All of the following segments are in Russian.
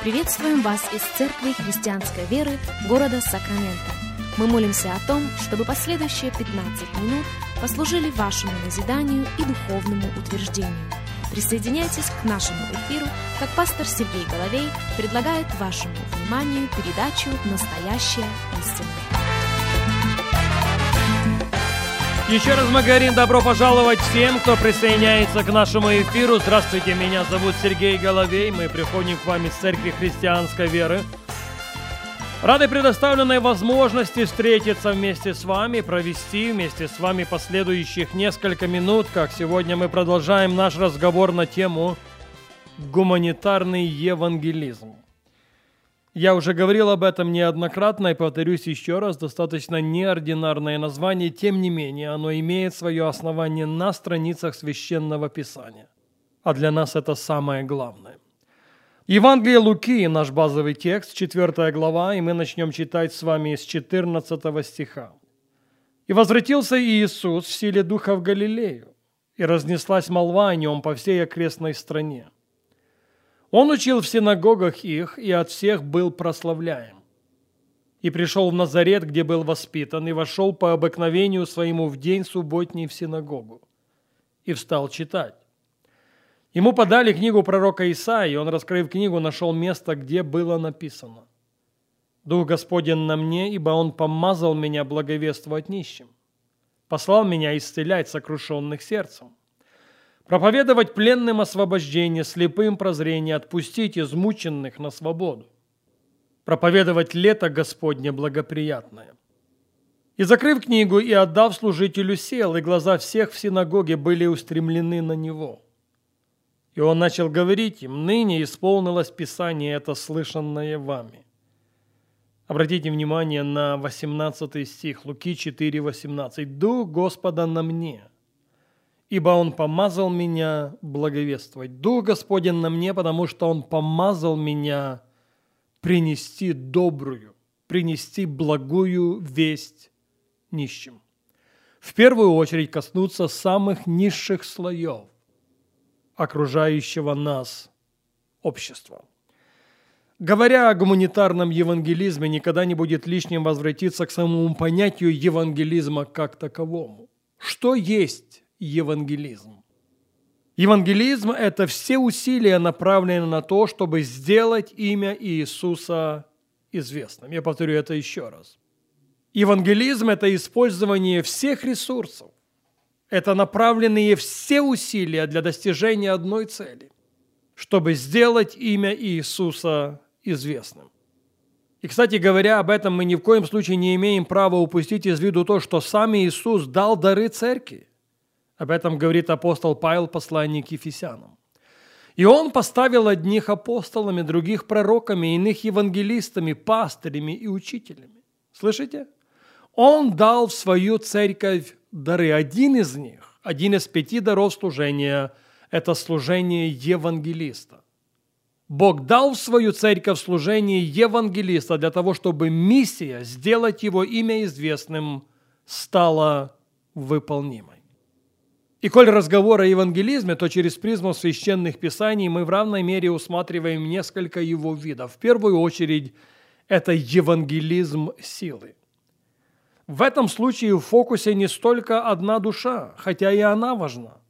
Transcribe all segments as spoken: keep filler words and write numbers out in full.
Приветствуем вас из Церкви Христианской Веры города Сакраменто. Мы молимся о том, чтобы последующие пятнадцать минут послужили вашему назиданию и духовному утверждению. Присоединяйтесь к нашему эфиру, как пастор Сергей Головей предлагает вашему вниманию передачу «Настоящая истина». Еще раз мы говорим добро пожаловать всем, кто присоединяется к нашему эфиру. Здравствуйте, меня зовут Сергей Головей. Мы приходим к вам из Церкви Христианской Веры. Рады предоставленной возможности встретиться вместе с вами, провести вместе с вами последующих несколько минут, как сегодня мы продолжаем наш разговор на тему «Гуманитарный евангелизм». Я уже говорил об этом неоднократно и повторюсь еще раз, достаточно неординарное название, тем не менее оно имеет свое основание на страницах Священного Писания. А для нас это самое главное. Евангелие Луки, наш базовый текст, четвёртая глава, и мы начнем читать с вами с четырнадцатого стиха. «И возвратился Иисус в силе Духа в Галилею, и разнеслась молва о нем по всей окрестной стране. Он учил в синагогах их, и от всех был прославляем. И пришел в Назарет, где был воспитан, и вошел по обыкновению своему в день субботний в синагогу, и встал читать. Ему подали книгу пророка Исаии, и он, раскрыв книгу, нашел место, где было написано: «Дух Господень на мне, ибо Он помазал меня благовествовать нищим, послал меня исцелять сокрушенных сердцем, проповедовать пленным освобождение, слепым прозрение, отпустить измученных на свободу, проповедовать лето Господне благоприятное». И, закрыв книгу и отдав служителю, сел, и глаза всех в синагоге были устремлены на него. И он начал говорить им: «Ныне исполнилось Писание это, слышанное вами». Обратите внимание на восемнадцатый стих, Луки четыре восемнадцать. «Дух Господа на мне, ибо Он помазал меня благовествовать». Дух Господень на мне, потому что Он помазал меня принести добрую, принести благую весть нищим. В первую очередь коснуться самых низших слоев окружающего нас общества. Говоря о гуманитарном евангелизме, никогда не будет лишним возвратиться к самому понятию евангелизма как таковому. Что есть евангелизм? Евангелизм – это все усилия, направленные на то, чтобы сделать имя Иисуса известным. Я повторю это еще раз. Евангелизм – это использование всех ресурсов. Это направленные все усилия для достижения одной цели, чтобы сделать имя Иисуса известным. И, кстати говоря, об этом мы ни в коем случае не имеем права упустить из виду то, что сам Иисус дал дары церкви. Об этом говорит апостол Павел, посланник к Ефесянам. И Он поставил одних апостолами, других пророками, иных евангелистами, пастырями и учителями. Слышите? Он дал в свою церковь дары. Один из них, один из пяти даров служения – это служение евангелиста. Бог дал в свою церковь служение евангелиста для того, чтобы миссия сделать его имя известным стала выполнимой. И коль разговор о евангелизме, то через призму священных писаний мы в равной мере усматриваем несколько его видов. В первую очередь, это евангелизм силы. В этом случае в фокусе не столько одна душа, хотя и она важна.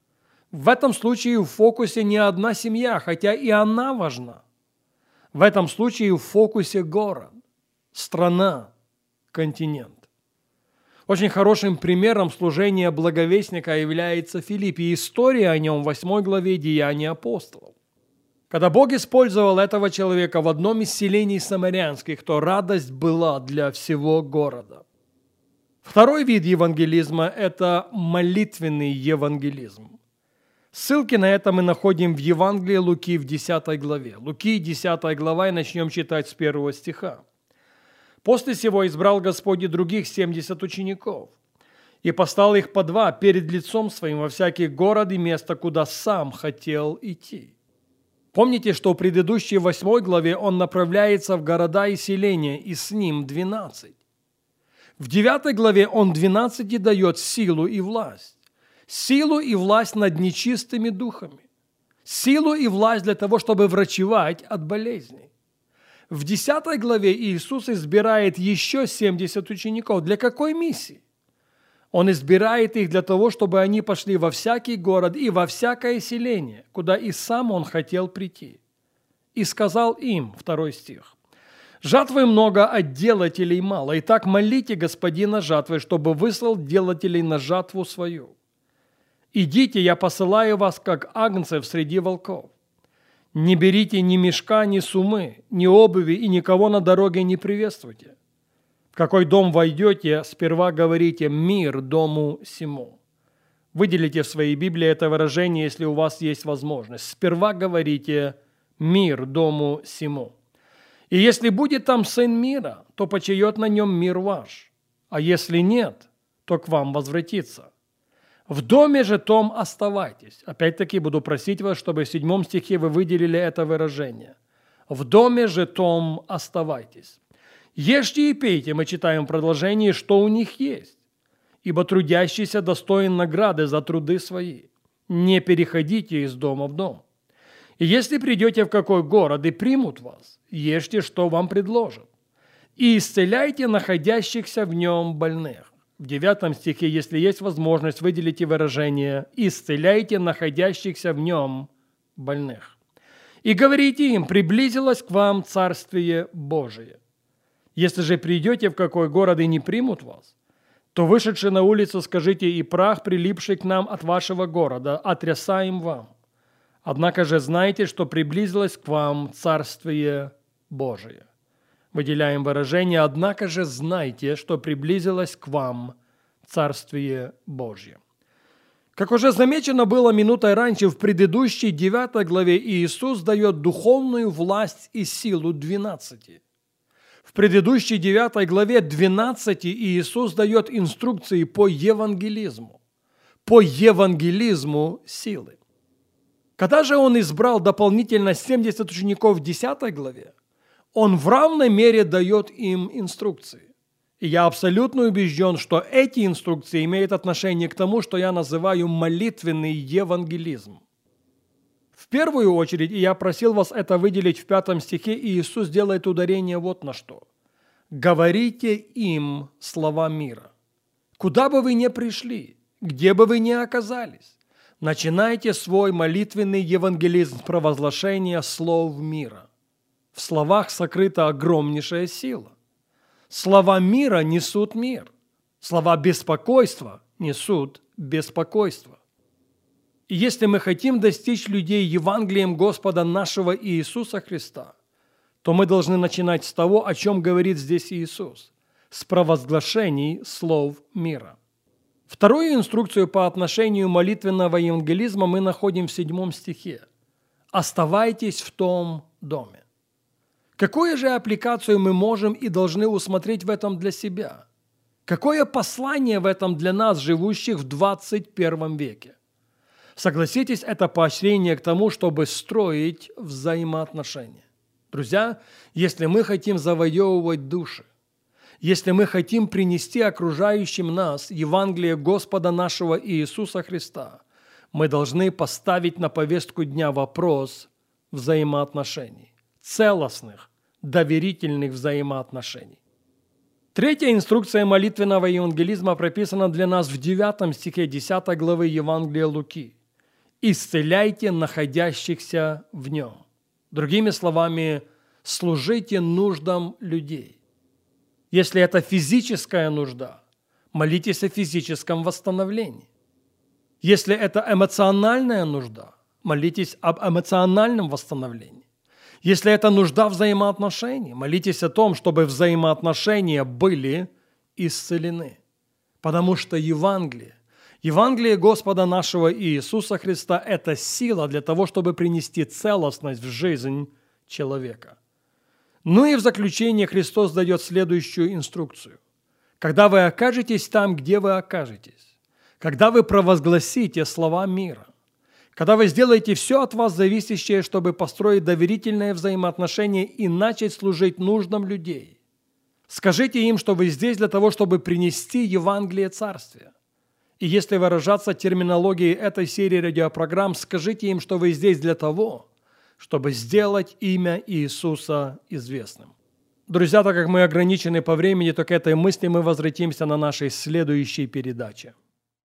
В этом случае в фокусе не одна семья, хотя и она важна. В этом случае в фокусе город, страна, континент. Очень хорошим примером служения благовестника является Филипп, и история о нем в восьмой главе Деяний апостолов. Когда Бог использовал этого человека в одном из селений самарянских, то радость была для всего города. Второй вид евангелизма – это молитвенный евангелизм. Ссылки на это мы находим в Евангелии Луки в десятой главе. Луки, десятая глава, и начнем читать с первого стиха. «После сего избрал Господь и других семьдесят учеников, и поставил их по два перед лицом своим во всякий город и место, куда сам хотел идти». Помните, что в предыдущей восьмой главе он направляется в города и селения, и с ним двенадцать. В девятой главе он двенадцати дает силу и власть. Силу и власть над нечистыми духами. Силу и власть для того, чтобы врачевать от болезней. В десятой главе Иисус избирает еще семьдесят учеников. Для какой миссии? Он избирает их для того, чтобы они пошли во всякий город и во всякое селение, куда и сам Он хотел прийти. И сказал им, второй стих, «Жатвы много, а делателей мало. Итак, молите Господина жатвы, чтобы выслал делателей на жатву свою. Идите, я посылаю вас, как агнцев среди волков. Не берите ни мешка, ни сумы, ни обуви, и никого на дороге не приветствуйте. В какой дом войдете, сперва говорите «Мир дому сему». Выделите в своей Библии это выражение, если у вас есть возможность. Сперва говорите «Мир дому сему». И если будет там сын мира, то почиет на нем мир ваш, а если нет, то к вам возвратится. В доме же том оставайтесь. Опять-таки буду просить вас, чтобы в седьмом стихе вы выделили это выражение. В доме же том оставайтесь. Ешьте и пейте, мы читаем в продолжении, что у них есть. Ибо трудящийся достоин награды за труды свои. Не переходите из дома в дом. И если придете в какой город и примут вас, ешьте, что вам предложат. И исцеляйте находящихся в нем больных. В девятом стихе, если есть возможность, выделите выражение «исцеляйте находящихся в нем больных». И говорите им, приблизилось к вам Царствие Божие. Если же придете в какой город и не примут вас, то вышедши на улицу скажите, и прах, прилипший к нам от вашего города, отрясаем вам. Однако же знайте, что приблизилось к вам Царствие Божие. Выделяем выражение «однако же знайте, что приблизилось к вам Царствие Божье». Как уже замечено было минутой раньше, в предыдущей девятой главе Иисус дает духовную власть и силу двенадцати. В предыдущей девятой главе двенадцати Иисус дает инструкции по евангелизму, по евангелизму силы. Когда же Он избрал дополнительно семьдесят учеников в десятой главе, Он в равной мере дает им инструкции. И я абсолютно убежден, что эти инструкции имеют отношение к тому, что я называю молитвенный евангелизм. В первую очередь, и я просил вас это выделить в пятом стихе, Иисус делает ударение вот на что. «Говорите им слова мира». Куда бы вы ни пришли, где бы вы ни оказались, начинайте свой молитвенный евангелизм с провозглашения слов мира. В словах сокрыта огромнейшая сила. Слова мира несут мир. Слова беспокойства несут беспокойство. И если мы хотим достичь людей Евангелием Господа нашего Иисуса Христа, то мы должны начинать с того, о чем говорит здесь Иисус, с провозглашений слов мира. Вторую инструкцию по отношению молитвенного евангелизма мы находим в седьмом стихе. «Оставайтесь в том доме». Какую же аппликацию мы можем и должны усмотреть в этом для себя? Какое послание в этом для нас, живущих в двадцать первом веке? Согласитесь, это поощрение к тому, чтобы строить взаимоотношения. Друзья, если мы хотим завоевывать души, если мы хотим принести окружающим нас Евангелие Господа нашего Иисуса Христа, мы должны поставить на повестку дня вопрос взаимоотношений, целостных, доверительных взаимоотношений. Третья инструкция молитвенного евангелизма прописана для нас в девятом стихе десятой главы Евангелия Луки. «Исцеляйте находящихся в нем». Другими словами, служите нуждам людей. Если это физическая нужда, молитесь о физическом восстановлении. Если это эмоциональная нужда, молитесь об эмоциональном восстановлении. Если это нужда взаимоотношений, молитесь о том, чтобы взаимоотношения были исцелены. Потому что Евангелие, Евангелие Господа нашего Иисуса Христа – это сила для того, чтобы принести целостность в жизнь человека. Ну и в заключение Христос дает следующую инструкцию. Когда вы окажетесь там, где вы окажетесь, когда вы провозгласите слова мира, когда вы сделаете все от вас зависящее, чтобы построить доверительные взаимоотношения и начать служить нуждам людей, скажите им, что вы здесь для того, чтобы принести Евангелие Царствия. И если выражаться терминологией этой серии радиопрограмм, скажите им, что вы здесь для того, чтобы сделать имя Иисуса известным. Друзья, так как мы ограничены по времени, то к этой мысли мы возвратимся на нашей следующей передаче.